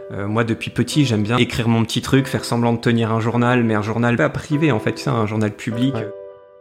Moi, depuis petit, j'aime bien écrire mon petit truc, faire semblant de tenir un journal, mais un journal pas privé, en fait, tu sais, un journal public. Ouais.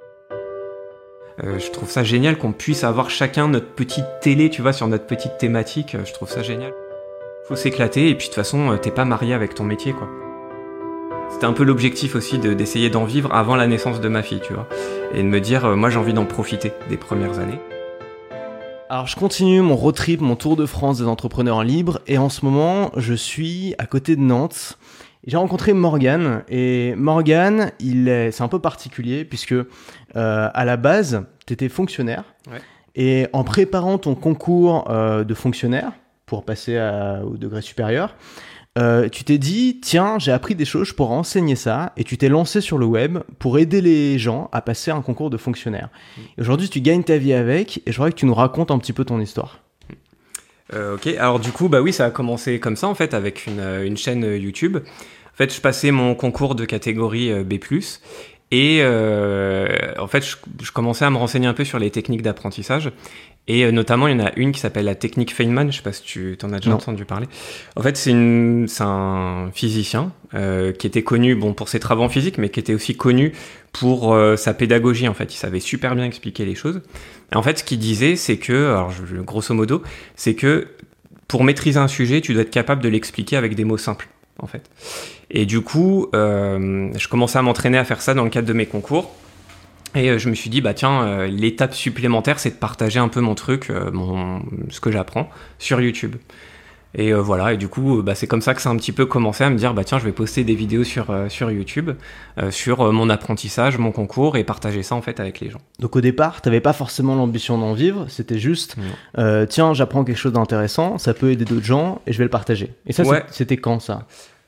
Je trouve ça génial qu'on puisse avoir chacun notre petite télé, tu vois, sur notre petite thématique. Je trouve ça génial. Faut s'éclater, et puis de toute façon, t'es pas marié avec ton métier, quoi. C'était un peu l'objectif aussi d'essayer d'en vivre avant la naissance de ma fille, tu vois. Et de me dire, moi, j'ai envie d'en profiter des premières années. Alors je continue mon road trip, mon tour de France des entrepreneurs libres, et en ce moment je suis à côté de Nantes. J'ai rencontré Morgan, et Morgan, c'est un peu particulier puisque à la base t'étais fonctionnaire, Ouais. et en préparant ton concours de fonctionnaire pour passer au degré supérieur, tu t'es dit, tiens, j'ai appris des choses, je pourrais enseigner ça, et tu t'es lancé sur le web pour aider les gens à passer un concours de fonctionnaire. Et aujourd'hui, tu gagnes ta vie avec, et je voudrais que tu nous racontes un petit peu ton histoire. Ok, alors du coup, bah oui, ça a commencé comme ça, en fait, avec une chaîne YouTube. En fait, je passais mon concours de catégorie B+, et en fait, je commençais à me renseigner un peu sur les techniques d'apprentissage. Et notamment, il y en a une qui s'appelle la technique Feynman. Je sais pas si tu t'en as déjà entendu parler. En fait, c'est un physicien qui était connu, bon, pour ses travaux en physique, mais qui était aussi connu pour sa pédagogie. En fait, il savait super bien expliquer les choses. Et en fait, ce qu'il disait, c'est que, alors grosso modo, c'est que pour maîtriser un sujet, tu dois être capable de l'expliquer avec des mots simples, en fait. Et du coup, je commençais à m'entraîner à faire ça dans le cadre de mes concours. Et je me suis dit, bah tiens, l'étape supplémentaire, c'est de partager un peu mon truc, ce que j'apprends sur YouTube. Et voilà, et du coup, bah, c'est comme ça que ça a un petit peu commencé à me dire, bah tiens, je vais poster des vidéos sur YouTube, sur mon apprentissage, mon concours, et partager ça en fait avec les gens. Donc au départ, tu n'avais pas forcément l'ambition d'en vivre, c'était juste, tiens, j'apprends quelque chose d'intéressant, ça peut aider d'autres gens, et je vais le partager. Et ça, ouais. C'était quand ça ?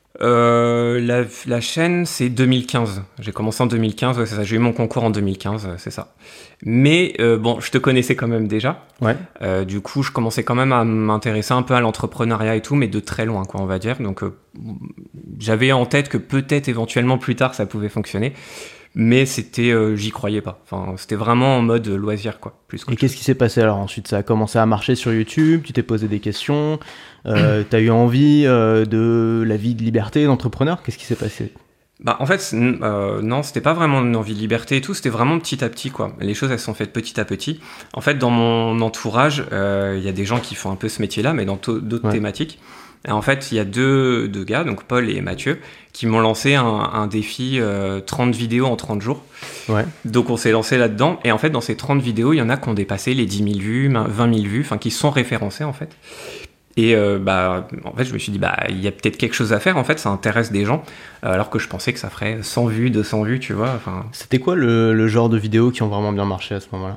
La chaîne, c'est 2015. J'ai commencé en 2015, ouais, c'est ça. J'ai eu mon concours en 2015, c'est ça. Mais bon, je te connaissais quand même déjà. Ouais. Du coup, je commençais quand même à m'intéresser un peu à l'entrepreneuriat et tout, mais de très loin, quoi, on va dire. Donc, j'avais en tête que peut-être éventuellement plus tard, ça pouvait fonctionner. Mais j'y croyais pas. Enfin, c'était vraiment en mode loisir, quoi. Et qu'est-ce qui s'est passé alors ensuite ? Ça a commencé à marcher sur YouTube, tu t'es posé des questions, t'as eu envie de la vie de liberté d'entrepreneur ? Qu'est-ce qui s'est passé ? Bah, en fait, non, c'était pas vraiment une envie de liberté et tout, c'était vraiment petit à petit, quoi. Les choses, elles sont faites petit à petit. En fait, dans mon entourage, y a des gens qui font un peu ce métier-là, mais dans d'autres thématiques. Et en fait, il y a deux gars, donc Paul et Mathieu, qui m'ont lancé un défi 30 vidéos en 30 jours. Ouais. Donc on s'est lancé là-dedans. Et en fait, dans ces 30 vidéos, il y en a qui ont dépassé les 10 000 vues, 20 000 vues, enfin qui sont référencées en fait. Et bah, en fait, je me suis dit, bah, il y a peut-être quelque chose à faire. En fait, ça intéresse des gens, alors que je pensais que ça ferait 100 vues, 200 vues, tu vois. Enfin. C'était quoi le genre de vidéos qui ont vraiment bien marché à ce moment-là ?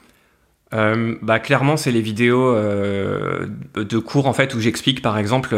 Bah, clairement, c'est les vidéos de cours en fait où j'explique par exemple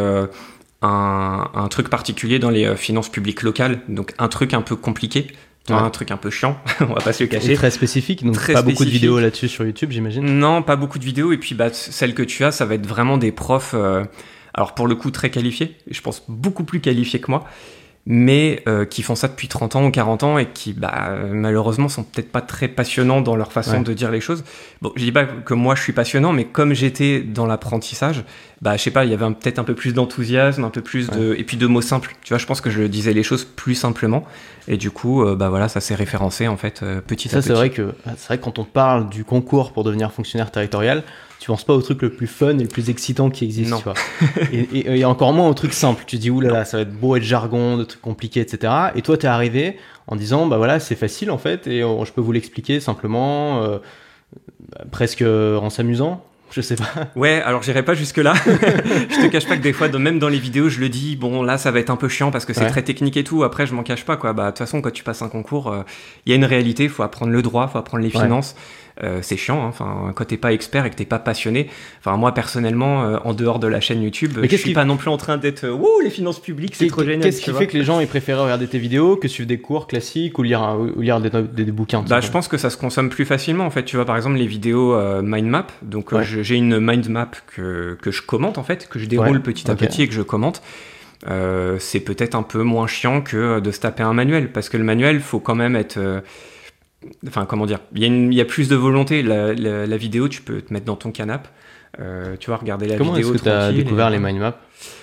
un truc particulier dans les finances publiques locales, donc un truc un peu compliqué, un truc un peu chiant, on va pas se le cacher. Et très spécifique, donc très pas spécifique. Beaucoup de vidéos là-dessus sur YouTube, j'imagine. Non, pas beaucoup de vidéos, et puis bah, celles que tu as, ça va être vraiment des profs, alors pour le coup très qualifiés, je pense beaucoup plus qualifiés que moi, mais qui font ça depuis 30 ans ou 40 ans et qui, bah, malheureusement, sont peut-être pas très passionnants dans leur façon de dire les choses. Bon, je dis pas que moi, je suis passionnant, mais comme j'étais dans l'apprentissage, bah, je sais pas, il y avait peut-être un peu plus d'enthousiasme, un peu plus et puis de mots simples. Tu vois, je pense que je disais les choses plus simplement. Et du coup, bah voilà, ça s'est référencé, en fait, petit à petit. C'est vrai que quand on te parle du concours pour devenir fonctionnaire territorial, tu penses pas au truc le plus fun et le plus excitant qui existe, non. Tu vois. et encore moins au truc simple. Tu te dis, oulala, ça va être beau et de jargon, de trucs compliqués, etc. Et toi, t'es arrivé en disant, bah voilà, c'est facile en fait, et je peux vous l'expliquer simplement, presque en s'amusant. Je sais pas. Ouais, alors j'irai pas jusque là. Je te cache pas que des fois, même dans les vidéos, je le dis, bon là ça va être un peu chiant parce que c'est très technique et tout. Après, je m'en cache pas, quoi. Bah de toute façon, quand tu passes un concours, il y a une réalité, faut apprendre le droit, faut apprendre les finances. C'est chiant, hein. Enfin, quand t'es pas expert et que t'es pas passionné. Enfin, moi personnellement, en dehors de la chaîne YouTube, je suis pas non plus en train d'être wouh les finances publiques, c'est trop génial. Qu'est-ce qui fait que les gens ils préfèrent regarder tes vidéos que suivre des cours classiques ou lire des bouquins? Bah, je pense que ça se consomme plus facilement en fait. Tu vois, par exemple les vidéos mind map. Donc j'ai une mind map que je commente en fait, que je déroule petit à petit et que je commente. C'est peut-être un peu moins chiant que de se taper un manuel, parce que le manuel, faut quand même être enfin, comment dire, il y a plus de volonté. La vidéo, tu peux te mettre dans ton canapé, tu vois, regarder la vidéo. Comment est-ce que tu as découvert les mind maps?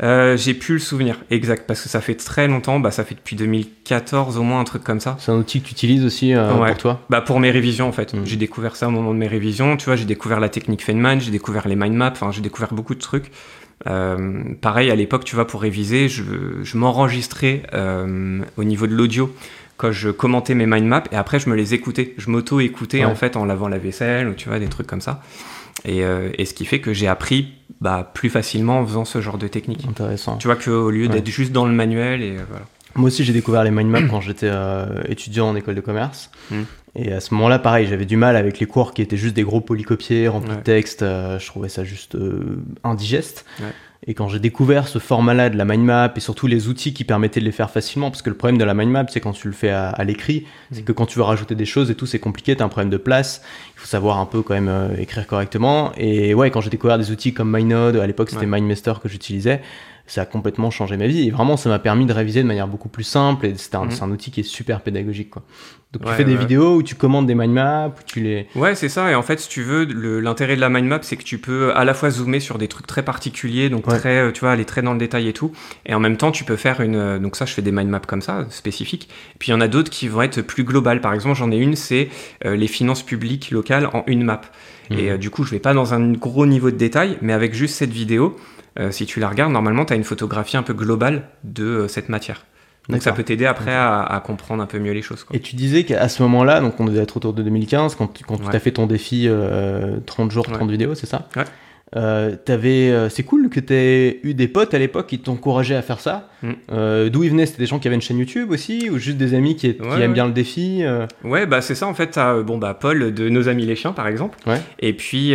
J'ai plus le souvenir exact parce que ça fait très longtemps, ça fait depuis 2014 au moins, un truc comme ça. C'est un outil que tu utilises aussi pour toi? Pour mes révisions en fait. J'ai découvert ça au moment de mes révisions, tu vois, j'ai découvert la technique Feynman, j'ai découvert les mind maps, j'ai découvert beaucoup de trucs. Pareil à l'époque, tu vois, pour réviser, je m'enregistrais au niveau de l'audio quand je commentais mes mind maps et après je me les écoutais, je m'auto-écoutais en fait en lavant la vaisselle ou tu vois des trucs comme ça. Et ce qui fait que j'ai appris plus facilement en faisant ce genre de technique. Intéressant. Tu vois qu'au lieu d'être juste dans le manuel et voilà. Moi aussi j'ai découvert les mind maps quand j'étais étudiant en école de commerce. Et à ce moment-là, pareil, j'avais du mal avec les cours qui étaient juste des gros polycopiés remplis de texte. Je trouvais ça juste indigeste. Et quand j'ai découvert ce format-là de la mind map et surtout les outils qui permettaient de les faire facilement, parce que le problème de la mind map, c'est quand tu le fais à l'écrit, c'est que quand tu veux rajouter des choses et tout, c'est compliqué, t'as un problème de place, il faut savoir un peu quand même écrire correctement. Et ouais, quand j'ai découvert des outils comme MindNode, à l'époque c'était MindMaster que j'utilisais, ça a complètement changé ma vie et vraiment ça m'a permis de réviser de manière beaucoup plus simple et c'est un outil qui est super pédagogique quoi. Donc tu fais des vidéos où tu commandes des mind maps, où tu les... Ouais, c'est ça. Et en fait, si tu veux, l'intérêt de la mind map, c'est que tu peux à la fois zoomer sur des trucs très particuliers, donc très, tu vois, aller très dans le détail et tout. Et en même temps, tu peux faire donc ça, je fais des mind maps comme ça, spécifiques. Et puis il y en a d'autres qui vont être plus globales. Par exemple, j'en ai une, c'est les finances publiques locales en une map. Et du coup, je vais pas dans un gros niveau de détail, mais avec juste cette vidéo, si tu la regardes, normalement, tu as une photographie un peu globale de cette matière. Donc ça peut t'aider après à comprendre un peu mieux les choses, quoi. Et tu disais qu'à ce moment-là, donc on devait être autour de 2015, quand tu as fait ton défi 30 jours, 30 vidéos, c'est ça? Ouais. C'est cool que tu aies eu des potes à l'époque qui t'encourageaient à faire ça. D'où ils venaient? C'était des gens qui avaient une chaîne YouTube aussi ou juste des amis qui aiment bien le défi? Ouais, c'est ça en fait. T'as Paul de Nos Amis les Chiens par exemple. Et puis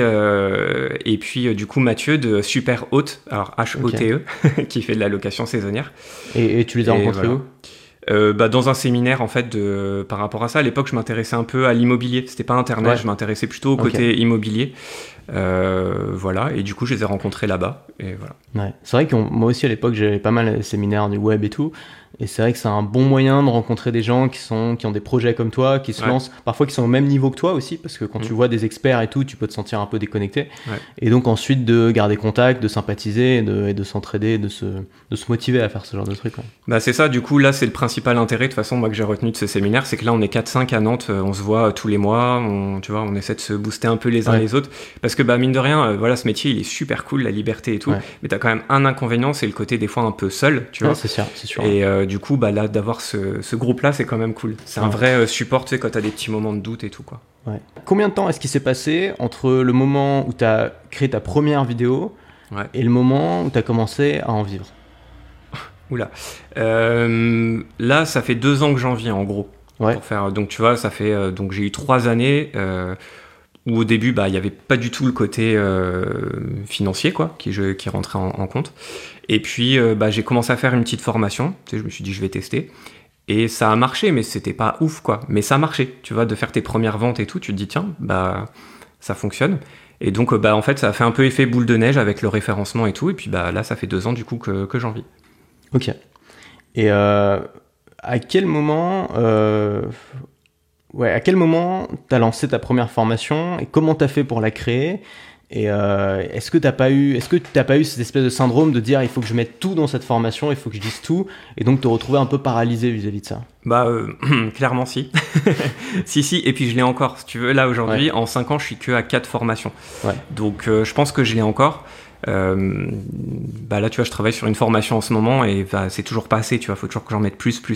du coup Mathieu de Super Haute, alors HOTE, qui fait de la location saisonnière. Et tu les as rencontrés où? Dans un séminaire en fait par rapport à ça. À l'époque, je m'intéressais un peu à l'immobilier. C'était pas Internet, je m'intéressais plutôt au côté immobilier. Voilà, et du coup, je les ai rencontrés là-bas. Et voilà. Ouais. C'est vrai que moi aussi à l'époque, j'avais pas mal de séminaires du web et tout. Et c'est vrai que c'est un bon moyen de rencontrer des gens qui ont des projets comme toi, qui se lancent, parfois qui sont au même niveau que toi aussi, parce que quand tu vois des experts et tout, tu peux te sentir un peu déconnecté. Et donc ensuite de garder contact, de sympathiser, et de s'entraider, de se motiver à faire ce genre de trucs. C'est ça, du coup là c'est le principal intérêt de toute façon moi que j'ai retenu de ce séminaire, c'est que là on est 4-5 à Nantes, on se voit tous les mois, on essaie de se booster un peu les uns les autres, parce que mine de rien, voilà, ce métier il est super cool, la liberté et tout, mais t'as quand même un inconvénient, c'est le côté des fois un peu seul, tu vois. C'est sûr. Et du coup, là, d'avoir ce groupe-là, c'est quand même cool. C'est un vrai support, tu sais, quand t'as des petits moments de doute et tout, quoi. Combien de temps est-ce qu'il s'est passé entre le moment où t'as créé ta première vidéo et le moment où t'as commencé à en vivre? Oula. Là, ça fait 2 ans que j'en vis, en gros. Pour faire, donc, tu vois, ça fait... donc, j'ai eu 3 années... où au début, il n'y avait pas du tout le côté financier, quoi, qui rentrait en compte. Et puis, j'ai commencé à faire une petite formation. Tu sais, je me suis dit, je vais tester. Et ça a marché, mais c'était pas ouf, quoi. Mais ça a marché, tu vois, de faire tes premières ventes et tout. Tu te dis, tiens, ça fonctionne. Et donc, en fait, ça a fait un peu effet boule de neige avec le référencement et tout. Et puis, là, ça fait 2 ans, du coup, que j'en vis. Ok. Et à quel moment... à quel moment t'as lancé ta première formation et comment t'as fait pour la créer? Et est-ce que t'as pas eu cette espèce de syndrome de dire il faut que je mette tout dans cette formation, il faut que je dise tout, et donc te retrouver un peu paralysé vis-à-vis de ça? Clairement si. si, et puis je l'ai encore, si tu veux. Là aujourd'hui, en 5 ans, je suis que à 4 formations. Donc je pense que je l'ai encore. Là tu vois, je travaille sur une formation en ce moment et c'est toujours pas assez, tu vois, faut toujours que j'en mette plus.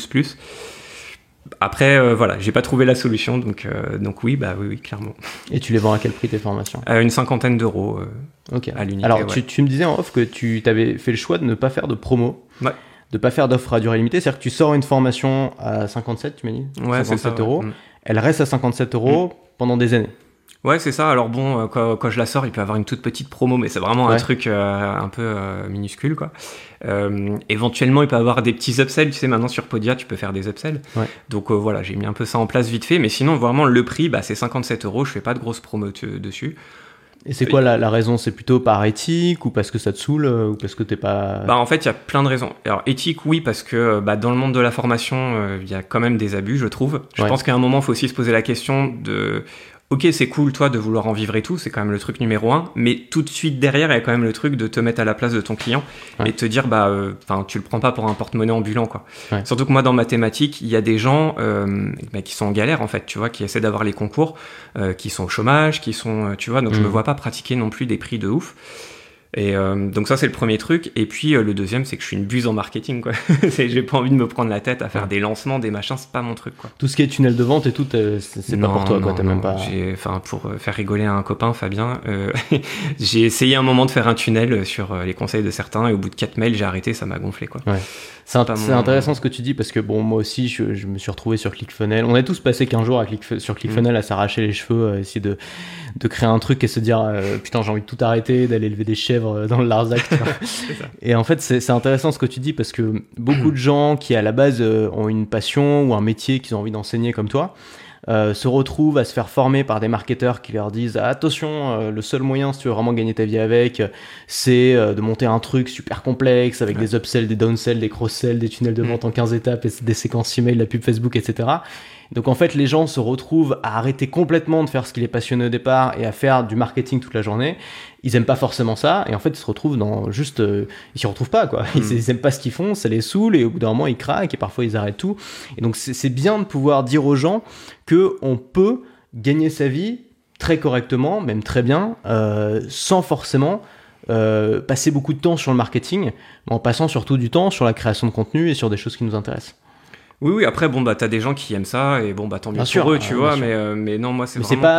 Après, voilà, j'ai pas trouvé la solution, donc oui, clairement. Et tu les vends à quel prix tes formations? Une 50aine d'euros à l'unité. Alors, tu me disais en off que tu t'avais fait le choix de ne pas faire de promo, de pas faire d'offre à durée limitée, c'est-à-dire que tu sors une formation à 57, tu m'as dit, 57 euros, elle reste à 57 euros pendant des années. Ouais, c'est ça. Alors bon, quand je la sors, il peut y avoir une toute petite promo, mais c'est vraiment un truc un peu minuscule, quoi. Éventuellement, il peut y avoir des petits upsells. Tu sais, maintenant sur Podia, tu peux faire des upsells. Donc voilà, j'ai mis un peu ça en place vite fait. Mais sinon, vraiment, le prix, c'est 57 euros. Je fais pas de grosses promos dessus. Et c'est quoi la raison? C'est plutôt par éthique ou parce que ça te saoule ou parce que t'es pas... En fait, il y a plein de raisons. Alors, éthique, oui, parce que dans le monde de la formation, il y a quand même des abus, je trouve. Je pense qu'à un moment, il faut aussi se poser la question de... ok, c'est cool, toi, de vouloir en vivre et tout, c'est quand même le truc numéro 1, mais tout de suite derrière, il y a quand même le truc de te mettre à la place de ton client et de te dire, tu le prends pas pour un porte-monnaie ambulant, quoi. Ouais. Surtout que moi, dans mathématiques, il y a des gens qui sont en galère, en fait, tu vois, qui essaient d'avoir les concours, qui sont au chômage, qui sont, tu vois, donc je me vois pas pratiquer non plus des prix de ouf. Et donc ça c'est le premier truc, et puis le deuxième c'est que je suis une buse en marketing, quoi. J'ai pas envie de me prendre la tête à faire des lancements, des machins, c'est pas mon truc, quoi. Tout ce qui est tunnel de vente et tout, c'est pas pour toi, quoi. T'as même pas. Pour faire rigoler un copain, Fabien, j'ai essayé un moment de faire un tunnel sur les conseils de certains, et au bout de 4 mails j'ai arrêté, ça m'a gonflé, quoi. Ouais. C'est intéressant ce que tu dis, parce que bon, moi aussi je me suis retrouvé sur ClickFunnels. On a tous passé 15 jours sur ClickFunnels à s'arracher les cheveux, à essayer de créer un truc et se dire putain, j'ai envie de tout arrêter, d'aller élever des chèvres dans le Larzac. Et en fait c'est intéressant ce que tu dis, parce que beaucoup de gens qui à la base ont une passion ou un métier qu'ils ont envie d'enseigner comme toi se retrouvent à se faire former par des marketeurs qui leur disent attention, le seul moyen si tu veux vraiment gagner ta vie avec, c'est de monter un truc super complexe avec des upsells, des downsells, des cross-sells, des tunnels de vente en 15 étapes, des séquences email, la pub Facebook, etc. Donc en fait les gens se retrouvent à arrêter complètement de faire ce qui les passionnait au départ et à faire du marketing toute la journée. Ils aiment pas forcément ça, et en fait ils se retrouvent dans juste ils s'y retrouvent pas, quoi. Ils aiment pas ce qu'ils font, ça les saoule, et au bout d'un moment ils craquent et parfois ils arrêtent tout. Et donc c'est bien de pouvoir dire aux gens que on peut gagner sa vie très correctement, même très bien, sans forcément passer beaucoup de temps sur le marketing, mais en passant surtout du temps sur la création de contenu et sur des choses qui nous intéressent. Oui, après, bon, t'as des gens qui aiment ça, et bon, tant mieux pour eux, tu vois, mais non, moi, c'est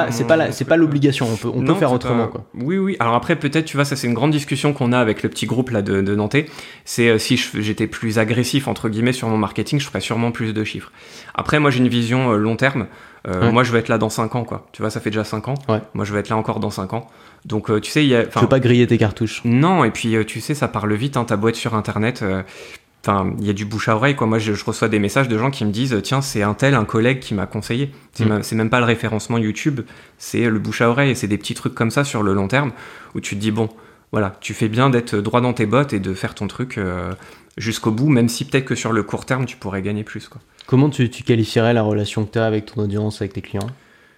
pas l'obligation, on peut faire autrement, quoi. Oui. Alors après, peut-être, tu vois, ça, c'est une grande discussion qu'on a avec le petit groupe, là, de Nantais. C'est, si j'étais plus agressif, entre guillemets, sur mon marketing, je ferais sûrement plus de chiffres. Après, moi, j'ai une vision long terme. Moi, je vais être là dans 5 ans, quoi. Tu vois, ça fait déjà 5 ans. Ouais. Moi, je vais être là encore dans 5 ans. Donc, tu sais, tu veux pas griller tes cartouches. Non, et puis, tu sais, ça parle vite, hein, t'as beau être sur Internet... Enfin, il y a du bouche à oreille, quoi. Moi, je reçois des messages de gens qui me disent tiens, c'est un collègue qui m'a conseillé. C'est même pas le référencement YouTube, c'est le bouche à oreille, et c'est des petits trucs comme ça sur le long terme où tu te dis bon, voilà, tu fais bien d'être droit dans tes bottes et de faire ton truc jusqu'au bout, même si peut-être que sur le court terme, tu pourrais gagner plus, quoi. Comment tu qualifierais la relation que tu as avec ton audience, avec tes clients ?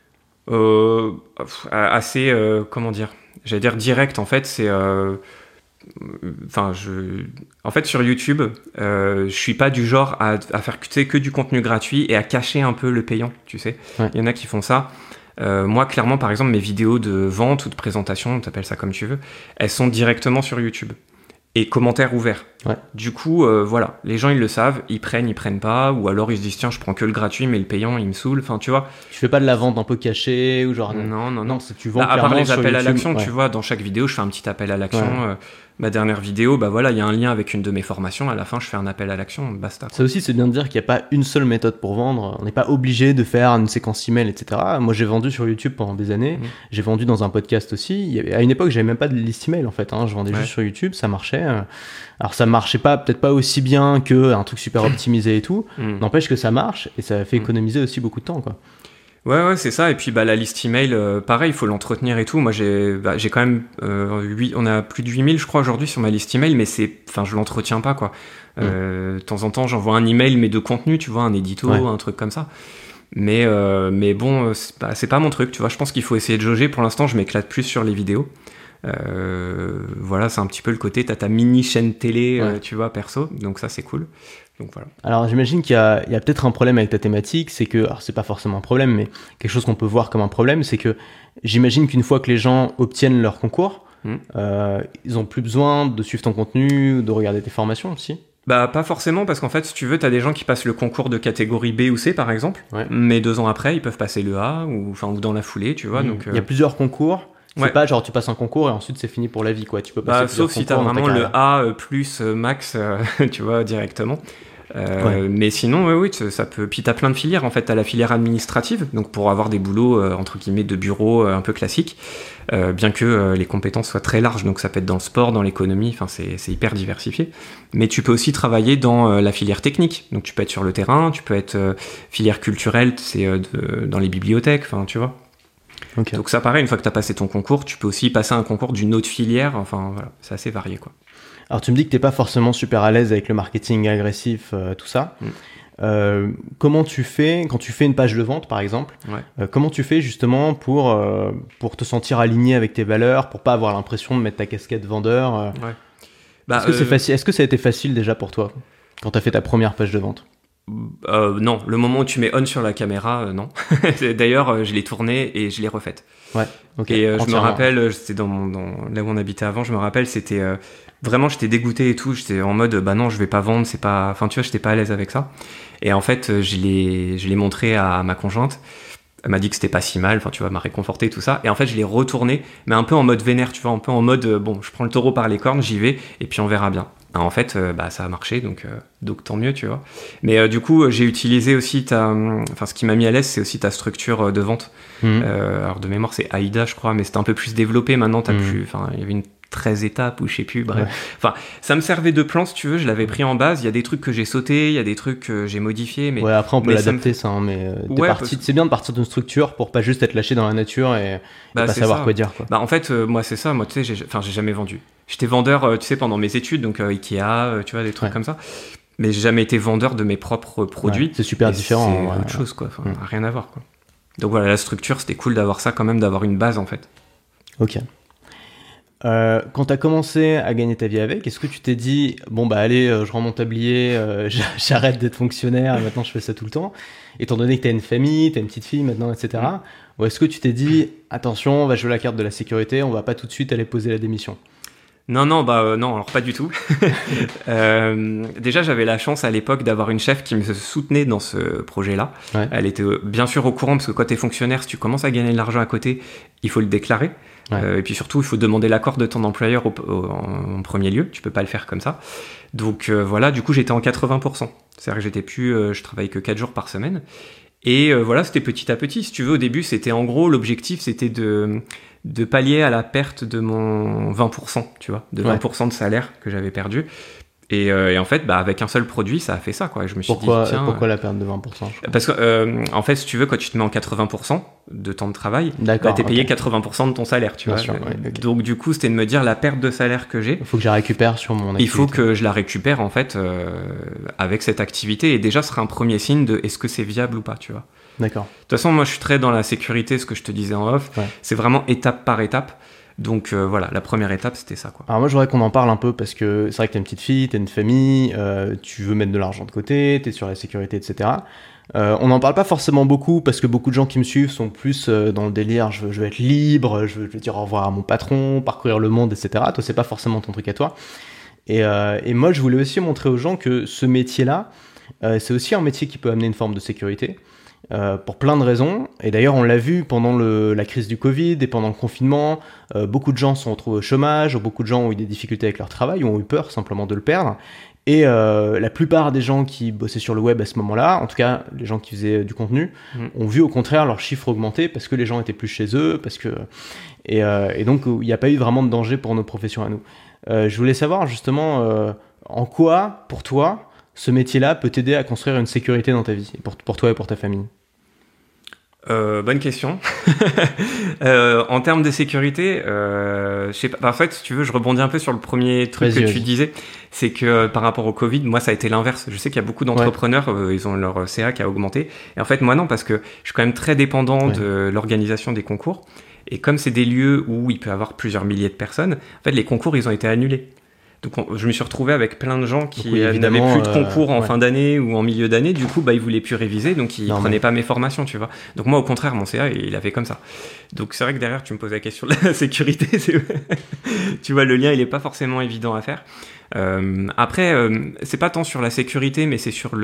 Assez, comment dire ? J'allais dire direct, en fait, c'est... En fait, sur YouTube, je suis pas du genre à faire que du contenu gratuit et à cacher un peu le payant, tu sais. Ouais. Il y en a qui font ça. Moi, clairement, par exemple, mes vidéos de vente ou de présentation, t'appelles ça comme tu veux, elles sont directement sur YouTube. Et commentaires ouverts. Ouais. Du coup, voilà, les gens, ils le savent, ils prennent pas, ou alors ils se disent, tiens, je prends que le gratuit, mais le payant, il me saoule, enfin, tu vois. Tu fais pas de la vente un peu cachée, ou genre... Non, c'est que tu vends à part les appels YouTube, à l'action, tu vois, dans chaque vidéo, je fais un petit appel à l'action. Ouais. Ma dernière vidéo, voilà, il y a un lien avec une de mes formations, à la fin, je fais un appel à l'action, basta, quoi. Ça aussi, c'est bien de dire qu'il n'y a pas une seule méthode pour vendre, on n'est pas obligé de faire une séquence email, etc. Moi, j'ai vendu sur YouTube pendant des années, j'ai vendu dans un podcast aussi, à une époque, j'avais même pas de liste email, en fait, hein. Je vendais juste sur YouTube, ça marchait. Alors, ça marchait peut-être pas aussi bien qu'un truc super optimisé et tout, n'empêche que ça marche, et ça fait économiser aussi beaucoup de temps, quoi. Ouais, c'est ça. Et puis la liste email, pareil, il faut l'entretenir et tout. Moi, j'ai quand même on a plus de 8000, je crois, aujourd'hui sur ma liste email, mais je l'entretiens pas, quoi. De temps en temps, j'envoie un email, mais de contenu, tu vois, un édito, un truc comme ça. Mais bon, c'est pas mon truc, tu vois. Je pense qu'il faut essayer de jauger. Pour l'instant, je m'éclate plus sur les vidéos. Voilà, c'est un petit peu le côté, t'as ta mini chaîne télé, tu vois, perso. Donc ça, c'est cool. Donc voilà. Alors j'imagine qu'il y a peut-être un problème avec ta thématique, c'est que, alors c'est pas forcément un problème, mais quelque chose qu'on peut voir comme un problème, c'est que j'imagine qu'une fois que les gens obtiennent leur concours, ils ont plus besoin de suivre ton contenu, de regarder tes formations aussi. Pas forcément, parce qu'en fait, si tu veux, t'as des gens qui passent le concours de catégorie B ou C, par exemple, mais 2 ans après, ils peuvent passer le A, ou dans la foulée, tu vois. Donc, il y a plusieurs concours. C'est pas genre tu passes un concours et ensuite c'est fini pour la vie, quoi. Tu peux passer sauf si t'as vraiment le A plus max, tu vois, directement. Mais sinon, oui, ça peut. Puis t'as plein de filières, en fait. T'as la filière administrative, donc pour avoir des boulots, entre guillemets, de bureau un peu classiques, bien que les compétences soient très larges. Donc ça peut être dans le sport, dans l'économie, enfin c'est hyper diversifié. Mais tu peux aussi travailler dans la filière technique. Donc tu peux être sur le terrain, tu peux être filière culturelle, c'est dans les bibliothèques, enfin tu vois. Okay. Donc ça pareil, une fois que tu as passé ton concours, tu peux aussi passer un concours d'une autre filière, enfin voilà, c'est assez varié, quoi. Alors tu me dis que t'es pas forcément super à l'aise avec le marketing agressif, tout ça. Comment tu fais quand tu fais une page de vente, par exemple? Comment tu fais justement pour te sentir aligné avec tes valeurs, pour pas avoir l'impression de mettre ta casquette vendeur? Est-ce que c'est facile? Est-ce que ça a été facile déjà pour toi quand tu as fait ta première page de vente? Non, le moment où tu mets on sur la caméra, non. D'ailleurs, je l'ai tournée et je l'ai refaite. Okay, et je me rappelle, c'était là où on habitait avant, je me rappelle, c'était vraiment, j'étais dégoûté et tout, j'étais en mode, bah non, je vais pas vendre, c'est pas, enfin tu vois, j'étais pas à l'aise avec ça. Et en fait, je l'ai montré à ma conjointe. Elle m'a dit que c'était pas si mal, enfin tu vois, m'a réconforté tout ça. Et en fait, je l'ai retourné, mais un peu en mode vénère, tu vois, un peu en mode, bon, je prends le taureau par les cornes, j'y vais, et puis on verra bien. En fait, ça a marché, donc tant mieux, tu vois. Mais du coup, j'ai utilisé aussi ce qui m'a mis à l'aise, c'est aussi ta structure de vente. Alors de mémoire, c'est AIDA, je crois, mais c'était un peu plus développé. Maintenant, il y avait une 13 étapes ou je sais plus, bref. Enfin, ça me servait de plan, si tu veux, je l'avais pris en base. Il y a des trucs que j'ai sautés, il y a des trucs que j'ai modifiés. Mais... Ouais, après, on peut l'adapter, mais c'est bien de partir d'une structure pour pas juste être lâché dans la nature et pas savoir quoi dire, quoi. En fait, moi, c'est ça. Moi, tu sais, j'ai jamais vendu. J'étais vendeur, tu sais, pendant mes études, donc Ikea, tu vois, des trucs comme ça. Mais j'ai jamais été vendeur de mes propres produits. C'est super différent. C'est autre chose, quoi. Enfin, rien à voir, quoi. Donc voilà, la structure, c'était cool d'avoir ça quand même, d'avoir une base, en fait. Ok. Quand tu as commencé à gagner ta vie avec, est-ce que tu t'es dit, bon bah allez, je rends mon tablier, j'arrête d'être fonctionnaire et maintenant je fais ça tout le temps, étant donné que tu as une famille, tu as une petite fille maintenant, etc. Ou est-ce que tu t'es dit, attention, on va jouer la carte de la sécurité, on va pas tout de suite aller poser la démission? Non, non, alors pas du tout. Déjà, j'avais la chance à l'époque d'avoir une chef qui me soutenait dans ce projet-là. Elle était bien sûr au courant, parce que quand tu es fonctionnaire, si tu commences à gagner de l'argent à côté, il faut le déclarer. Et puis surtout, il faut demander l'accord de ton employeur en premier lieu. Tu peux pas le faire comme ça. Donc voilà, du coup, j'étais en 80%. C'est-à-dire que je travaillais que 4 jours par semaine. Et voilà, c'était petit à petit. Si tu veux, au début, c'était en gros, l'objectif, c'était de pallier à la perte de mon 20%, tu vois, de 20% de salaire que j'avais perdu. Et en fait, avec un seul produit, ça a fait ça, quoi. Et je me suis dit, tiens, pourquoi la perte de 20%? Parce que, en fait, si tu veux, quand tu te mets en 80% de temps de travail, t'es payé 80% de ton salaire, tu vois. Sûr, Donc, du coup, c'était de me dire, la perte de salaire que j'ai... Il faut que je la récupère sur mon activité. Il faut que je la récupère, en fait, avec cette activité. Et déjà, ce serait un premier signe de est-ce que c'est viable ou pas, tu vois. D'accord. De toute façon, moi, je suis très dans la sécurité, ce que je te disais en off. C'est vraiment étape par étape. Donc voilà, la première étape, c'était ça, quoi. Alors moi, je voudrais qu'on en parle un peu parce que c'est vrai que t'as une petite fille, t'as une famille, tu veux mettre de l'argent de côté, t'es sur la sécurité, etc. On n'en parle pas forcément beaucoup parce que beaucoup de gens qui me suivent sont plus dans le délire, je veux être libre, je veux dire au revoir à mon patron, parcourir le monde, etc. Toi, c'est pas forcément ton truc à toi. Et moi, je voulais aussi montrer aux gens que ce métier-là, c'est aussi un métier qui peut amener une forme de sécurité. Pour plein de raisons, et d'ailleurs on l'a vu pendant la crise du Covid et pendant le confinement, beaucoup de gens se sont retrouvés au chômage, beaucoup de gens ont eu des difficultés avec leur travail, ou ont eu peur simplement de le perdre, et la plupart des gens qui bossaient sur le web à ce moment-là, en tout cas les gens qui faisaient du contenu, ont vu au contraire leurs chiffres augmenter parce que les gens étaient plus chez eux, et donc il n'y a pas eu vraiment de danger pour nos professions à nous. Je voulais savoir justement en quoi, pour toi, ce métier-là peut t'aider à construire une sécurité dans ta vie, pour toi et pour ta famille. Bonne question. En termes de sécurité, je sais pas. En fait, si tu veux, je rebondis un peu sur le premier truc que tu disais. C'est que par rapport au Covid, moi, ça a été l'inverse. Je sais qu'il y a beaucoup d'entrepreneurs, ils ont leur CA qui a augmenté. Et en fait, moi, non, parce que je suis quand même très dépendant de l'organisation des concours. Et comme c'est des lieux où il peut y avoir plusieurs milliers de personnes, en fait, les concours, ils ont été annulés. Donc je me suis retrouvé avec plein de gens qui n'avaient plus de concours en fin d'année ou en milieu d'année. Du coup, ils voulaient plus réviser, donc ils prenaient pas mes formations, tu vois. Donc moi, au contraire, mon CA, il a fait comme ça. Donc c'est vrai que derrière, tu me poses la question de la sécurité. Tu vois, le lien, il est pas forcément évident à faire. Après, c'est pas tant sur la sécurité, mais c'est sur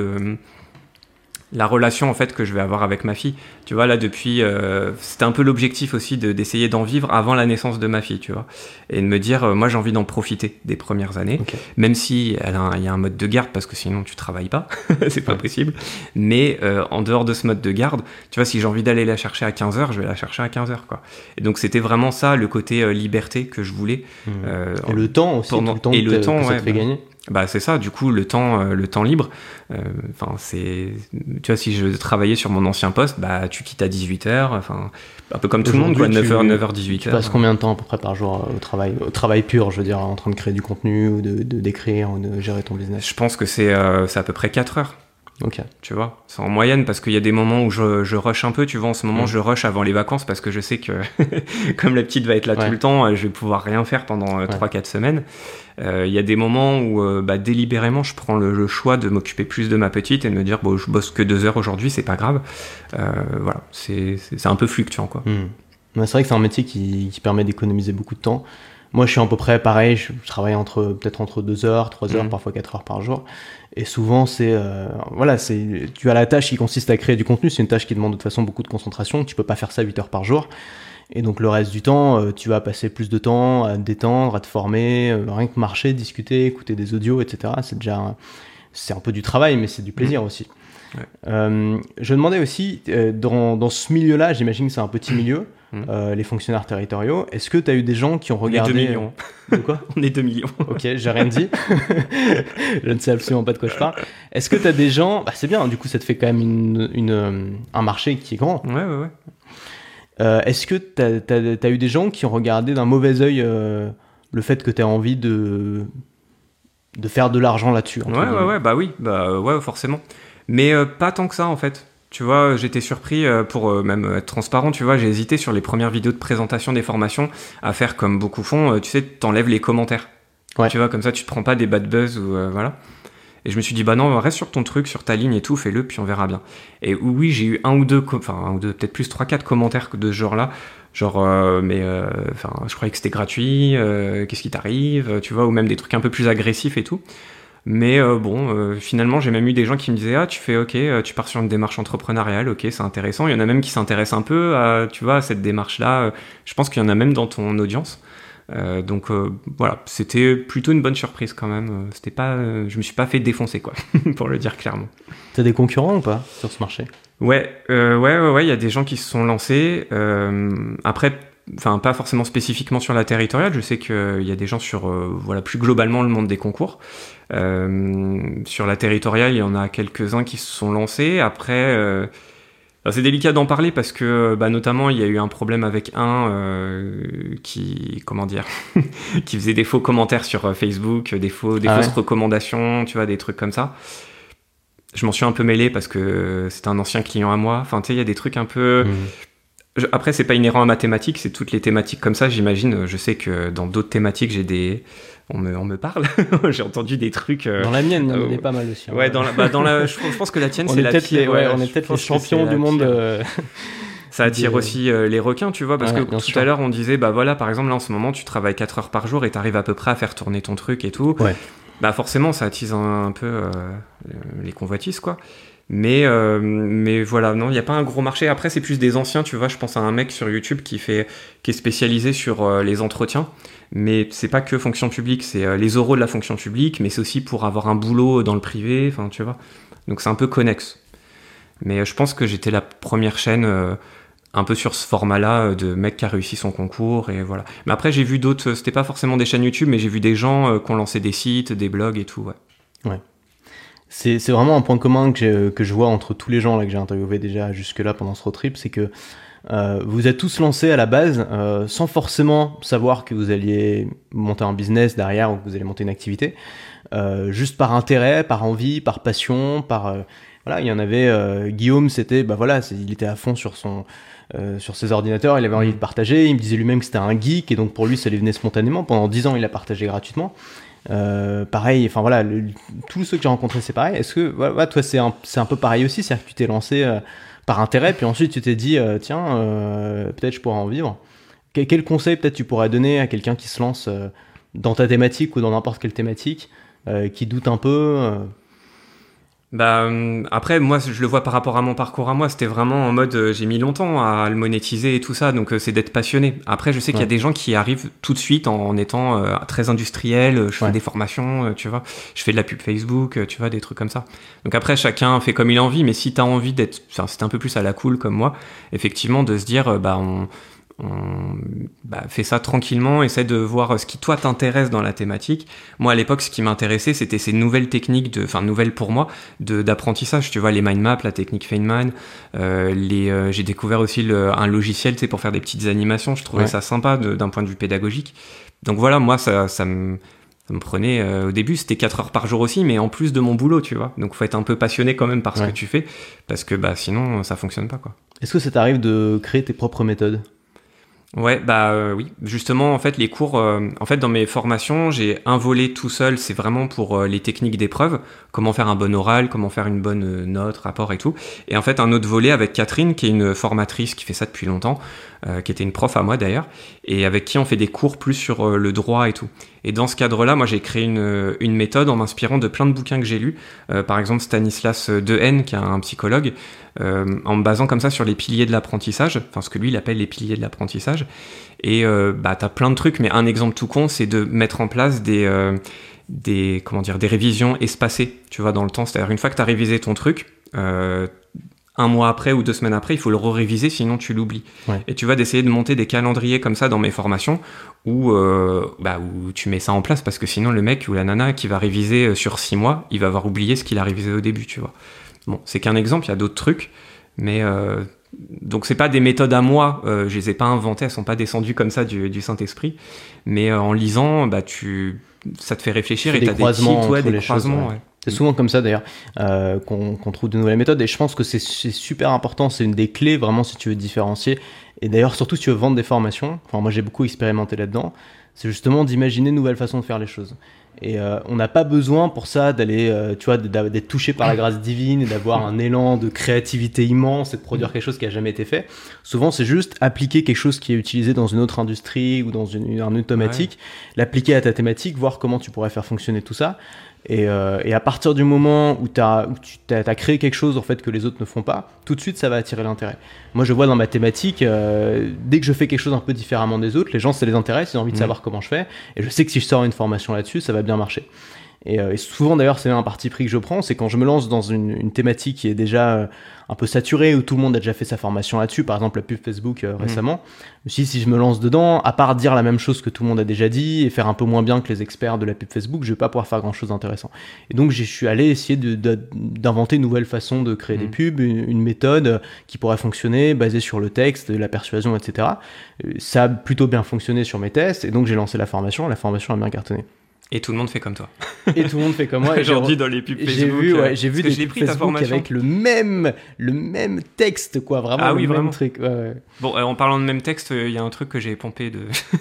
la relation en fait que je vais avoir avec ma fille. Tu vois, là depuis c'était un peu l'objectif aussi d'essayer d'en vivre avant la naissance de ma fille, tu vois, et de me dire moi j'ai envie d'en profiter des premières années, même si il y a un mode de garde parce que sinon tu travailles pas c'est pas possible, mais en dehors de ce mode de garde, tu vois, si j'ai envie d'aller la chercher à 15h, je vais la chercher à 15h, quoi. Et donc c'était vraiment ça, le côté liberté que je voulais. Et le temps aussi, tout le temps que ça te fait gagner. C'est ça, du coup, le temps libre. Tu vois, si je travaillais sur mon ancien poste, tu quittes à 18h, un peu comme tout le monde, quoi, 9h, 18h. Tu passes combien de temps à peu près par jour au travail pur, je veux dire, en train de créer du contenu, ou de d'écrire, ou de gérer ton business? Je pense que c'est à peu près 4 heures. Ok. Tu vois, c'est en moyenne parce qu'il y a des moments où je rush un peu. Tu vois, en ce moment, je rush avant les vacances parce que je sais que comme la petite va être là tout le temps, je vais pouvoir rien faire pendant 3-4 semaines. Il y a des moments où délibérément, je prends le choix de m'occuper plus de ma petite et de me dire, bon, je bosse que 2 heures aujourd'hui, c'est pas grave. Voilà, c'est un peu fluctuant, quoi. C'est vrai que c'est un métier qui permet d'économiser beaucoup de temps. Moi, je suis à peu près pareil. Je travaille peut-être entre 2 heures, 3 heures, parfois 4 heures par jour. Et souvent, tu as la tâche qui consiste à créer du contenu. C'est une tâche qui demande de toute façon beaucoup de concentration. Tu peux pas faire ça 8 heures par jour. Et donc, le reste du temps, tu vas passer plus de temps à te détendre, à te former, rien que marcher, discuter, écouter des audios, etc. C'est un peu du travail, mais c'est du plaisir aussi. Ouais. Je demandais aussi, dans ce milieu-là, j'imagine que c'est un petit milieu, les fonctionnaires territoriaux, est-ce que tu as eu des gens qui ont regardé... On est 2 millions. De quoi ? On est 2 millions. Ok, j'ai rien dit. Je ne sais absolument pas de quoi je parle. Est-ce que tu as des gens... c'est bien, du coup ça te fait quand même un marché qui est grand. Ouais. Est-ce que tu as eu des gens qui ont regardé d'un mauvais œil le fait que tu as envie de faire de l'argent là-dessus ? Ouais, forcément. Mais pas tant que ça, en fait. Tu vois, j'étais surpris, pour même être transparent, tu vois, j'ai hésité sur les premières vidéos de présentation des formations à faire comme beaucoup font, tu sais, t'enlèves les commentaires. Ouais. Tu vois, comme ça, tu te prends pas des bad buzz ou voilà. Et je me suis dit, bah non, reste sur ton truc, sur ta ligne et tout, fais-le, puis on verra bien. Et oui, j'ai eu un ou deux, peut-être plus 3-4 commentaires de ce genre-là. Genre, je croyais que c'était gratuit, qu'est-ce qui t'arrive, tu vois, ou même des trucs un peu plus agressifs et tout. Mais finalement, j'ai même eu des gens qui me disaient, tu fais ok, tu pars sur une démarche entrepreneuriale, ok, c'est intéressant. Il y en a même qui s'intéressent un peu à cette démarche-là. Je pense qu'il y en a même dans ton audience. Donc voilà, c'était plutôt une bonne surprise quand même. C'était pas, je me suis pas fait défoncer, quoi, pour le dire clairement. T'as des concurrents ou pas sur ce marché ? Ouais, il y a des gens qui se sont lancés. Après, pas forcément spécifiquement sur la territoriale. Je sais qu'il y a des gens sur, plus globalement le monde des concours. Sur la territoriale, il y en a quelques-uns qui se sont lancés. Après, c'est délicat d'en parler parce que, notamment, il y a eu un problème avec qui faisait des faux commentaires sur Facebook, des fausses recommandations, tu vois, des trucs comme ça. Je m'en suis un peu mêlé parce que c'était un ancien client à moi. Enfin, tu sais, il y a des trucs un peu... Après, c'est pas inhérent à ma thématique, c'est toutes les thématiques comme ça, j'imagine. Je sais que dans d'autres thématiques, on me parle. J'ai entendu des trucs... Dans la mienne, on est pas mal aussi. Ouais, je pense que la tienne, c'est la pire. On est peut-être les champions du monde. Ça attire aussi les requins, tu vois, parce que tout à l'heure, on disait, par exemple, là, en ce moment, tu travailles 4 heures par jour et t'arrives à peu près à faire tourner ton truc et tout. Ouais. Forcément, ça attise un peu les convoitises, quoi. Mais voilà, non, il n'y a pas un gros marché. Après, c'est plus des anciens, tu vois. Je pense à un mec sur YouTube qui est spécialisé sur les entretiens. Mais c'est pas que fonction publique, c'est les oraux de la fonction publique, mais c'est aussi pour avoir un boulot dans le privé, enfin, tu vois. Donc c'est un peu connexe. Mais je pense que j'étais la première chaîne un peu sur ce format-là de mec qui a réussi son concours, et voilà. Mais après, j'ai vu d'autres, c'était pas forcément des chaînes YouTube, mais j'ai vu des gens qui ont lancé des sites, des blogs et tout, ouais. C'est vraiment un point commun que je vois entre tous les gens là, que j'ai interviewés déjà jusque-là pendant ce road trip, c'est que vous êtes tous lancés à la base sans forcément savoir que vous alliez monter un business derrière ou que vous allez monter une activité, juste par intérêt, par envie, par passion, il y en avait Guillaume, il était à fond sur ses ordinateurs, il avait envie de partager, il me disait lui-même que c'était un geek et donc pour lui ça lui venait spontanément. Pendant 10 ans il a partagé gratuitement. Pareil, tous ceux que j'ai rencontrés c'est pareil. Est-ce que toi c'est un peu pareil aussi, c'est-à-dire que tu t'es lancé par intérêt puis ensuite tu t'es dit peut-être je pourrais en vivre. Quel conseil peut-être tu pourrais donner à quelqu'un qui se lance dans ta thématique ou dans n'importe quelle thématique, qui doute un peu Après, moi, je le vois par rapport à mon parcours à moi, c'était vraiment en mode, j'ai mis longtemps à le monétiser et tout ça, donc c'est d'être passionné. Après, je sais qu'il y a des gens qui arrivent tout de suite en étant très industriel, je fais des formations, tu vois, je fais de la pub Facebook, tu vois, des trucs comme ça. Donc après, chacun fait comme il a envie, mais si t'as envie c'est un peu plus à la cool comme moi, effectivement, de se dire, fais ça tranquillement, essaie de voir ce qui toi t'intéresse dans la thématique. Moi à l'époque ce qui m'intéressait c'était ces nouvelles techniques nouvelles pour moi d'apprentissage, tu vois, les mind maps, la technique Feynman, j'ai découvert aussi un logiciel, tu sais, pour faire des petites animations. Je trouvais ça sympa d'un point de vue pédagogique. Donc voilà, moi ça Ça me prenait, au début, c'était 4 heures par jour aussi, mais en plus de mon boulot, tu vois. Donc, faut être un peu passionné quand même par ce que tu fais, parce que sinon, ça fonctionne pas, quoi. Est-ce que ça t'arrive de créer tes propres méthodes ? Ouais, oui. Justement, en fait, les cours, en fait, dans mes formations, j'ai un volet tout seul, c'est vraiment pour les techniques d'épreuve, comment faire un bon oral, comment faire une bonne note, rapport et tout. Et en fait, un autre volet avec Catherine, qui est une formatrice qui fait ça depuis longtemps, qui était une prof à moi d'ailleurs, et avec qui on fait des cours plus sur le droit et tout. Et dans ce cadre-là, moi, j'ai créé une méthode en m'inspirant de plein de bouquins que j'ai lus. Par exemple, Stanislas Dehaene, qui est un psychologue, en me basant comme ça sur les piliers de l'apprentissage, enfin ce que lui il appelle les piliers de l'apprentissage. Et t'as plein de trucs, mais un exemple tout con, c'est de mettre en place des révisions espacées, tu vois, dans le temps. C'est-à-dire une fois que t'as révisé ton truc, un mois après ou 2 semaines après, il faut le réviser, sinon tu l'oublies. Ouais. Et tu vas d'essayer de monter des calendriers comme ça dans mes formations où tu mets ça en place, parce que sinon le mec ou la nana qui va réviser sur 6 mois, il va avoir oublié ce qu'il a révisé au début, tu vois. Bon, c'est qu'un exemple, il y a d'autres trucs, mais donc c'est pas des méthodes à moi, je les ai pas inventées, elles sont pas descendues comme ça du Saint-Esprit, mais en lisant, ça te fait réfléchir et t'as des tips, des croisements. Ouais. C'est souvent comme ça d'ailleurs qu'on trouve de nouvelles méthodes, et je pense que c'est super important, c'est une des clés vraiment si tu veux différencier, et d'ailleurs surtout si tu veux vendre des formations, enfin moi j'ai beaucoup expérimenté là-dedans, c'est justement d'imaginer de nouvelles façons de faire les choses. Et on n'a pas besoin pour ça d'aller, d'être touché par la grâce divine et d'avoir un élan de créativité immense et de produire quelque chose qui n'a jamais été fait. Souvent, c'est juste appliquer quelque chose qui est utilisé dans une autre industrie ou dans un automatique, l'appliquer à ta thématique, voir comment tu pourrais faire fonctionner tout ça. Et à partir du moment où tu as créé quelque chose en fait que les autres ne font pas, tout de suite ça va attirer l'intérêt. Moi je vois dans ma thématique, dès que je fais quelque chose un peu différemment des autres, les gens ça les intéresse, ils ont envie de savoir comment je fais, et je sais que si je sors une formation là-dessus, ça va bien marcher. Et souvent d'ailleurs c'est un parti pris que je prends, c'est quand je me lance dans une thématique qui est déjà un peu saturée, où tout le monde a déjà fait sa formation là-dessus, par exemple la pub Facebook récemment, si je me lance dedans, à part dire la même chose que tout le monde a déjà dit et faire un peu moins bien que les experts de la pub Facebook, je vais pas pouvoir faire grand chose d'intéressant. Et donc je suis allé essayer d'inventer une nouvelle façon de créer des pubs, une méthode qui pourrait fonctionner basée sur le texte, la persuasion, etc. Ça a plutôt bien fonctionné sur mes tests, et donc j'ai lancé la formation a bien cartonné. Et tout le monde fait comme toi. Et tout le monde fait comme moi. Aujourd'hui, dans les pubs Facebook. J'ai vu des pubs Facebook avec le même texte, quoi. Vraiment même truc. Ouais. Bon, en parlant de même texte, il y a un truc que j'ai pompé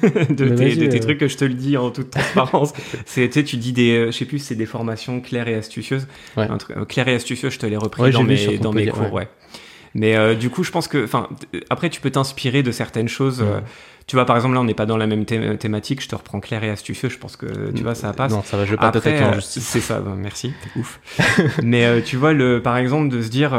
de tes trucs, que je te le dis en toute transparence. Tu dis je sais plus, c'est des formations claires et astucieuses. Ouais. Claires et astucieuses, je te l'ai repris dans mes cours, ouais. Mais du coup, je pense que, après, tu peux t'inspirer de certaines choses. Tu vois, par exemple, là, on n'est pas dans la même thématique. Je te reprends clair et astucieux. Je pense que, tu vois, ça passe. Non, ça va, je vais pas t'attaquer en justice. C'est ça, merci, t'es ouf. Mais tu vois, par exemple, de se dire,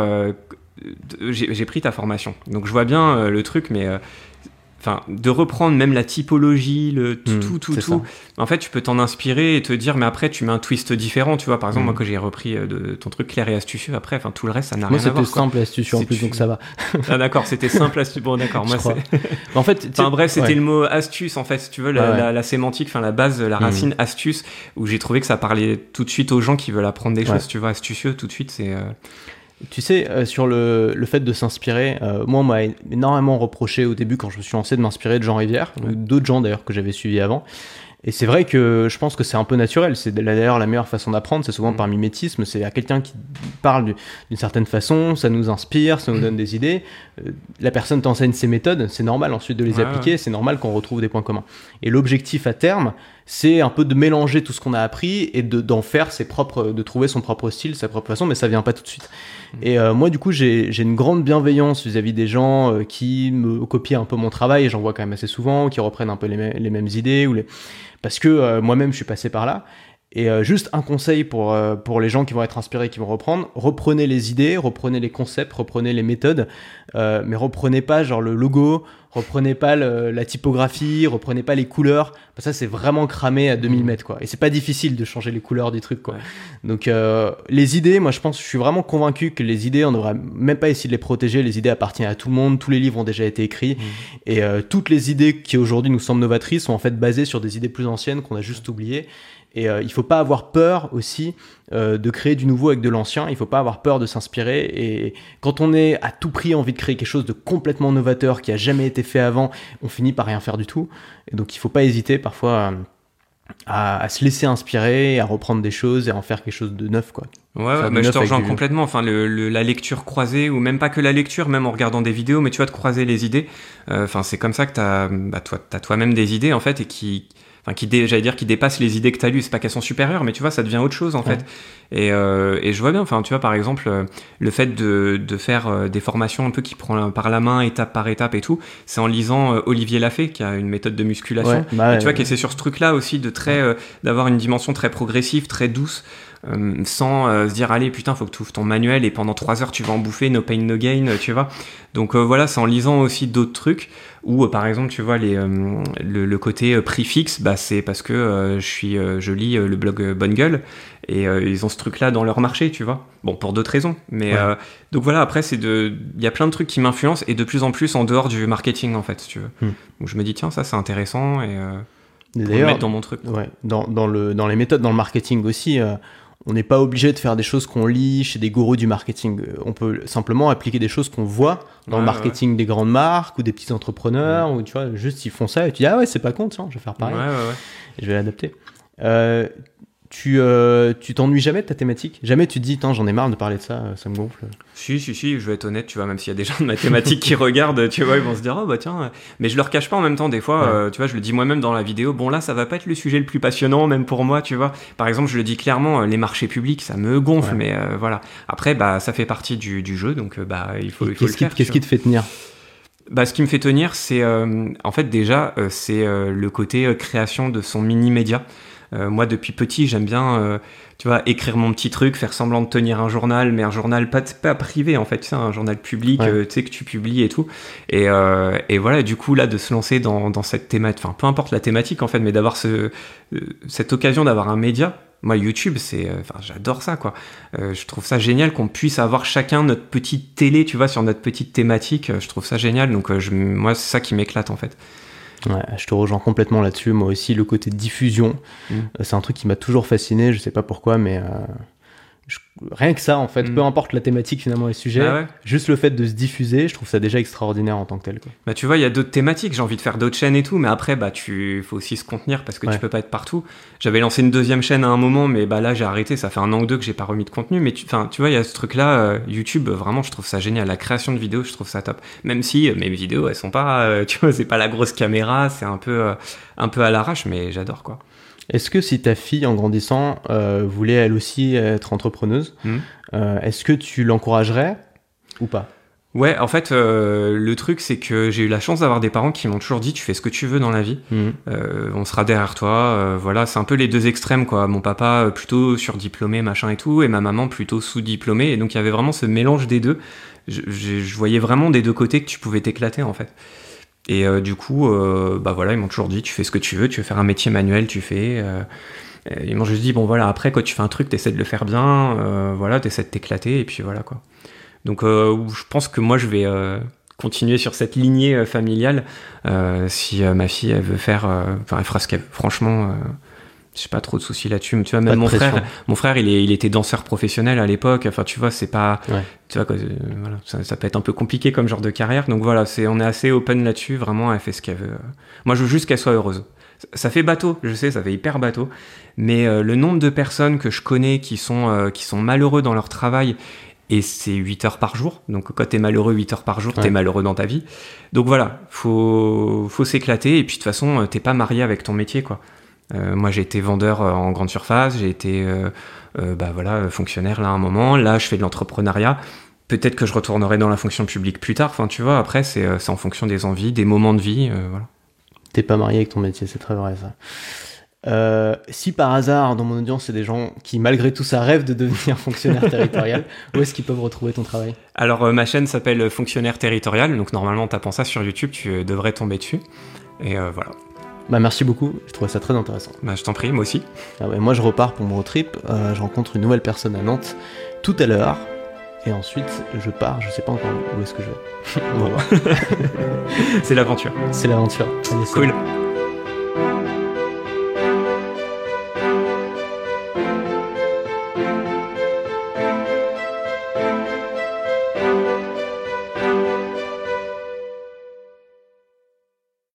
j'ai pris ta formation. Donc, je vois bien le truc, mais... de reprendre même la typologie, tout. En fait, tu peux t'en inspirer et te dire, mais après, tu mets un twist différent, tu vois. Par exemple, moi, quand j'ai repris de ton truc clair et astucieux, après, tout le reste, ça n'a rien à voir. Moi, c'était simple et astucieux en plus, donc ça va. Ah, d'accord, c'était simple et astucieux. Bon, d'accord, moi, en fait, bref, c'était le mot astuce, en fait, si tu veux, la sémantique, la base, la racine, astuce, où j'ai trouvé que ça parlait tout de suite aux gens qui veulent apprendre des choses, tu vois. Astucieux, tout de suite, c'est... Tu sais, sur le fait de s'inspirer, moi, on m'a énormément reproché au début quand je me suis lancé de m'inspirer de Jean Rivière, ou d'autres gens d'ailleurs que j'avais suivis avant. Et c'est vrai que je pense que c'est un peu naturel. C'est d'ailleurs la meilleure façon d'apprendre, c'est souvent par mimétisme. C'est à quelqu'un qui parle d'une certaine façon, ça nous inspire, ça nous donne des idées. La personne t'enseigne ses méthodes, c'est normal ensuite de les appliquer, c'est normal qu'on retrouve des points communs. Et l'objectif à terme, c'est un peu de mélanger tout ce qu'on a appris et d'en faire de trouver son propre style, sa propre façon, mais ça vient pas tout de suite. Et moi, du coup, j'ai une grande bienveillance vis-à-vis des gens qui me copient un peu mon travail, et j'en vois quand même assez souvent, qui reprennent un peu les mêmes idées, parce que moi-même, je suis passé par là. Et juste un conseil pour les gens qui vont être inspirés, qui vont reprendre, reprenez les idées, reprenez les concepts, reprenez les méthodes, mais reprenez pas genre le logo, reprenez pas la typographie, reprenez pas les couleurs, parce que ça c'est vraiment cramé à 2000 mètres, quoi. Et c'est pas difficile de changer les couleurs du truc, quoi. Donc les idées, moi je suis vraiment convaincu que les idées, on devrait même pas essayer de les protéger, les idées appartiennent à tout le monde, tous les livres ont déjà été écrits, et toutes les idées qui aujourd'hui nous semblent novatrices sont en fait basées sur des idées plus anciennes qu'on a juste oubliées. Et il faut pas avoir peur aussi de créer du nouveau avec de l'ancien, il faut pas avoir peur de s'inspirer, et quand on est à tout prix envie de créer quelque chose de complètement novateur qui a jamais été fait avant, on finit par rien faire du tout. Et donc il faut pas hésiter parfois à se laisser inspirer, à reprendre des choses et à en faire quelque chose de neuf, quoi. Ouais, mais je te rejoins complètement. Enfin, la lecture croisée, ou même pas que la lecture, même en regardant des vidéos, mais tu vois, de croiser les idées. Enfin, c'est comme ça que t'as toi-même des idées, en fait, et qui dépassent les idées que t'as lues. C'est pas qu'elles sont supérieures, mais tu vois, ça devient autre chose, en fait. Et je vois bien, enfin, tu vois, par exemple, le fait de faire des formations un peu qui prend par la main, étape par étape et tout, c'est en lisant Olivier Lafay, qui a une méthode de musculation. Et tu vois, qui est sur ce truc-là aussi, d'avoir une dimension très progressive, très douce, sans se dire allez putain faut que tu ouvres ton manuel et pendant 3 heures tu vas en bouffer, no pain no gain, tu vois. Donc voilà, c'est en lisant aussi d'autres trucs ou par exemple tu vois le côté prix fixe, bah c'est parce que je lis le blog Bonne Gueule et ils ont ce truc là dans leur marché, tu vois. Bon, pour d'autres raisons, mais donc voilà, après il y a plein de trucs qui m'influencent et de plus en plus en dehors du marketing en fait, si tu veux. Donc je me dis tiens, ça c'est intéressant et pour le mettre dans mon truc. Ouais, dans les méthodes, dans le marketing aussi, on n'est pas obligé de faire des choses qu'on lit chez des gourous du marketing. On peut simplement appliquer des choses qu'on voit dans le marketing des grandes marques ou des petits entrepreneurs, ou tu vois, juste ils font ça et tu dis ah ouais, c'est pas con, tiens, je vais faire pareil. Et je vais l'adapter. Tu t'ennuies jamais de ta thématique? Jamais tu te dis, j'en ai marre de parler de ça, ça me gonfle? Si, je vais être honnête, tu vois, même s'il y a des gens de mathématiques qui regardent, tu vois, ils vont se dire, oh bah tiens, mais je leur cache pas en même temps, des fois, tu vois, je le dis moi-même dans la vidéo, bon là, ça va pas être le sujet le plus passionnant, même pour moi, tu vois. Par exemple, je le dis clairement, les marchés publics, ça me gonfle, mais voilà. Après, bah, ça fait partie du jeu, donc bah, il faut le faire. Qu'est-ce qui te fait tenir? Bah, ce qui me fait tenir, c'est, en fait, déjà, c'est le côté création de son mini-média. Moi, depuis petit, j'aime bien, tu vois, écrire mon petit truc, faire semblant de tenir un journal, mais un journal pas privé, en fait, tu sais, un journal public, tu sais, que tu publies et tout. Et voilà, du coup, là, de se lancer dans cette thématique, enfin, peu importe la thématique, en fait, mais d'avoir cette occasion d'avoir un média. Moi, YouTube, j'adore ça, quoi. Je trouve ça génial qu'on puisse avoir chacun notre petite télé, tu vois, sur notre petite thématique. Je trouve ça génial. Donc, moi, c'est ça qui m'éclate, en fait. Ouais, je te rejoins complètement là-dessus. Moi aussi, le côté diffusion, c'est un truc qui m'a toujours fasciné. Je sais pas pourquoi, mais rien que ça, en fait, peu importe la thématique finalement et le sujet, juste le fait de se diffuser, je trouve ça déjà extraordinaire en tant que tel, quoi. Bah tu vois, il y a d'autres thématiques, j'ai envie de faire d'autres chaînes et tout, mais après bah faut aussi se contenir parce que tu peux pas être partout. J'avais lancé une deuxième chaîne à un moment, mais bah là j'ai arrêté, ça fait 1 an ou 2 que j'ai pas remis de contenu, mais tu vois, il y a ce truc là, YouTube, vraiment je trouve ça génial, la création de vidéos, je trouve ça top. Même si mes vidéos elles sont pas, tu vois, c'est pas la grosse caméra, c'est un peu à l'arrache, mais j'adore, quoi. Est-ce que si ta fille, en grandissant, voulait elle aussi être entrepreneuse, est-ce que tu l'encouragerais ou pas? Ouais, en fait, le truc, c'est que j'ai eu la chance d'avoir des parents qui m'ont toujours dit, tu fais ce que tu veux dans la vie, on sera derrière toi, voilà, c'est un peu les deux extrêmes, quoi. Mon papa plutôt surdiplômé, machin et tout, et ma maman plutôt sous-diplômée, et donc il y avait vraiment ce mélange des deux. Je voyais vraiment des deux côtés que tu pouvais t'éclater, en fait. Et du coup, bah voilà, ils m'ont toujours dit, tu fais ce que tu veux faire un métier manuel, tu fais. Ils m'ont juste dit, bon voilà, après, quand tu fais un truc, t'essaies de le faire bien, voilà, t'essaies de t'éclater, et puis voilà, quoi. Donc, je pense que moi, je vais continuer sur cette lignée familiale. Si ma fille, elle veut faire, elle fera ce qu'elle veut. Franchement, j'ai pas trop de soucis là-dessus. Tu vois, même mon frère, il était danseur professionnel à l'époque. Enfin, tu vois, c'est pas, tu vois, voilà, ça peut être un peu compliqué comme genre de carrière. Donc voilà, on est assez open là-dessus. Vraiment, elle fait ce qu'elle veut. Moi, je veux juste qu'elle soit heureuse. Ça fait bateau, je sais, ça fait hyper bateau. Mais le nombre de personnes que je connais qui sont malheureux dans leur travail, et c'est 8 heures par jour. Donc quand t'es malheureux 8 heures par jour, t'es malheureux dans ta vie. Donc voilà, faut s'éclater. Et puis de toute façon, t'es pas marié avec ton métier, quoi. Moi, j'ai été vendeur en grande surface, j'ai été fonctionnaire là à un moment. Là, je fais de l'entrepreneuriat. Peut-être que je retournerai dans la fonction publique plus tard. Enfin, tu vois, après, c'est en fonction des envies, des moments de vie, voilà. T'es pas marié avec ton métier, c'est très vrai, ça. Si par hasard, dans mon audience, c'est des gens qui, malgré tout ça, rêvent de devenir fonctionnaire territorial, où est-ce qu'ils peuvent retrouver ton travail? Alors, ma chaîne s'appelle Fonctionnaire territorial, donc normalement, en tapant ça sur YouTube, tu devrais tomber dessus. Et voilà. Bah merci beaucoup, je trouvais ça très intéressant. Bah je t'en prie, moi aussi. Moi je repars pour mon road trip, je rencontre une nouvelle personne à Nantes tout à l'heure, et ensuite je pars, je sais pas encore où est-ce que je vais. On va voir. C'est l'aventure. C'est l'aventure. Allez, cool.